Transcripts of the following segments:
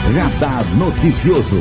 Radar Noticioso.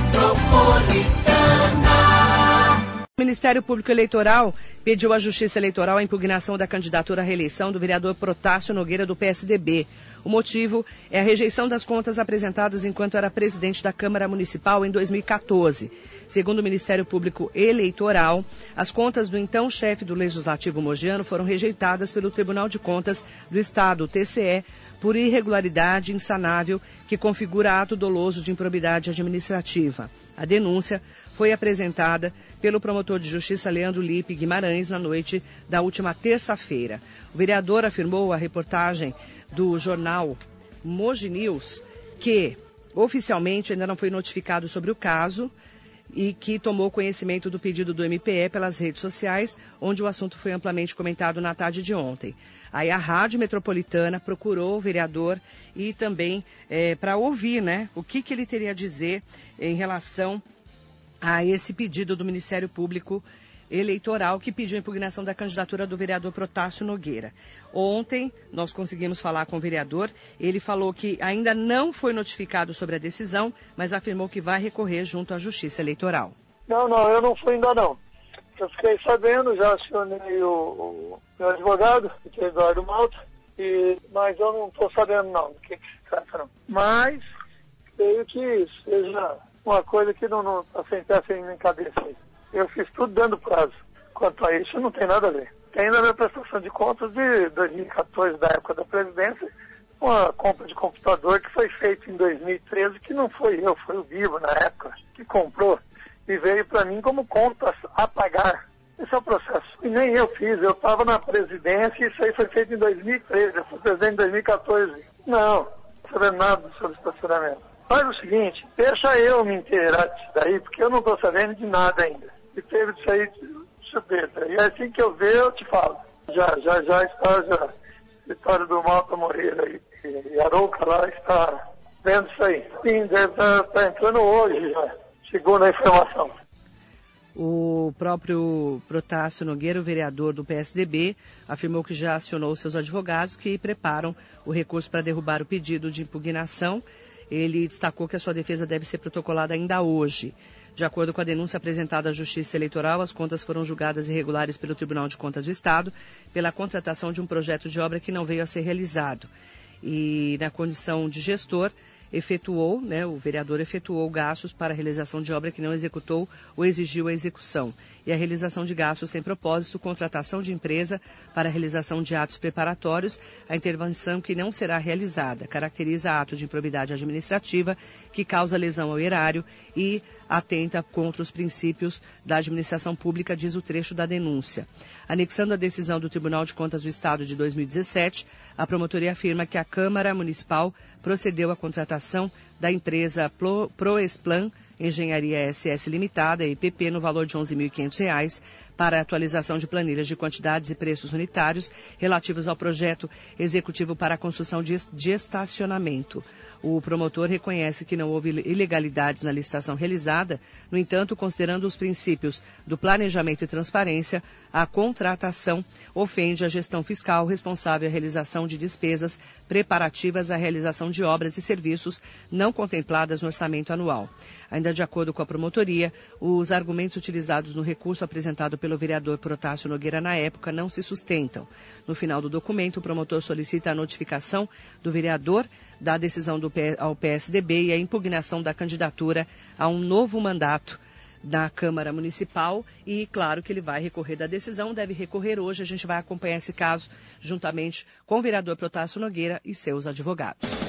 O Ministério Público Eleitoral pediu à Justiça Eleitoral a impugnação da candidatura à reeleição do vereador Protásio Nogueira, do PSDB. O motivo é a rejeição das contas apresentadas enquanto era presidente da Câmara Municipal em 2014. Segundo o Ministério Público Eleitoral, as contas do então chefe do Legislativo mogiano foram rejeitadas pelo Tribunal de Contas do Estado, o TCE, por irregularidade insanável que configura ato doloso de improbidade administrativa. A denúncia foi apresentada pelo promotor de justiça Leandro Lippe Guimarães na noite da última terça-feira. O vereador afirmou à reportagem do jornal Mogi News que oficialmente ainda não foi notificado sobre o caso e que tomou conhecimento do pedido do MPE pelas redes sociais, onde o assunto foi amplamente comentado na tarde de ontem. Aí a Rádio Metropolitana procurou o vereador e também para ouvir, o que ele teria a dizer em relação a esse pedido do Ministério Público Eleitoral que pediu a impugnação da candidatura do vereador Protásio Nogueira. Ontem nós conseguimos falar com o vereador, ele falou que ainda não foi notificado sobre a decisão, mas afirmou que vai recorrer junto à Justiça Eleitoral. Não, eu não fui ainda não. Eu fiquei sabendo, já acionei o meu advogado, que é Eduardo Malta, mas eu não estou sabendo não do que se trata não. Mas creio que seja uma coisa que não está sem pé sem nem cabeça aí. Eu fiz tudo dando prazo. Quanto a isso, não tem nada a ver. Tem na minha prestação de contas de 2014, da época da presidência, uma compra de computador que foi feita em 2013, que não foi eu, foi o Vivo na época, que comprou e veio para mim como contas a pagar. Esse é o processo. E nem eu fiz, eu estava na presidência e isso aí foi feito em 2013, eu fui presidente em 2014. Não sabendo nada sobre estacionamento. Faz o seguinte, deixa eu me inteirar disso daí, porque eu não estou sabendo de nada ainda. E teve disso aí de surpresa. E assim que eu ver, eu te falo. Já está, a história do Malta Moreira e Arouca lá está vendo isso aí. Sim, deve estar entrando hoje já, segundo a informação. O próprio Protásio Nogueira, o vereador do PSDB, afirmou que já acionou seus advogados que preparam o recurso para derrubar o pedido de impugnação. Ele destacou que a sua defesa deve ser protocolada ainda hoje. De acordo com a denúncia apresentada à Justiça Eleitoral, as contas foram julgadas irregulares pelo Tribunal de Contas do Estado pela contratação de um projeto de obra que não veio a ser realizado. E na condição de gestor, o vereador efetuou gastos para a realização de obra que não executou ou exigiu a execução. E a realização de gastos sem propósito, contratação de empresa para a realização de atos preparatórios, a intervenção que não será realizada, caracteriza ato de improbidade administrativa que causa lesão ao erário e atenta contra os princípios da administração pública, diz o trecho da denúncia. Anexando a decisão do Tribunal de Contas do Estado de 2017, a promotoria afirma que a Câmara Municipal procedeu à contratação da empresa Proesplan Engenharia SS Limitada, EPP, no valor de R$ 11.500 para a atualização de planilhas de quantidades e preços unitários relativos ao projeto executivo para a construção de estacionamento. O promotor reconhece que não houve ilegalidades na licitação realizada, no entanto, considerando os princípios do planejamento e transparência, a contratação ofende a gestão fiscal responsável à realização de despesas preparativas à realização de obras e serviços não contempladas no orçamento anual. Ainda de acordo com a promotoria, os argumentos utilizados no recurso apresentado pelo vereador Protásio Nogueira na época não se sustentam. No final do documento, o promotor solicita a notificação do vereador da decisão ao PSDB e a impugnação da candidatura a um novo mandato na Câmara Municipal e, claro, que ele vai recorrer da decisão, deve recorrer hoje. A gente vai acompanhar esse caso juntamente com o vereador Protásio Nogueira e seus advogados.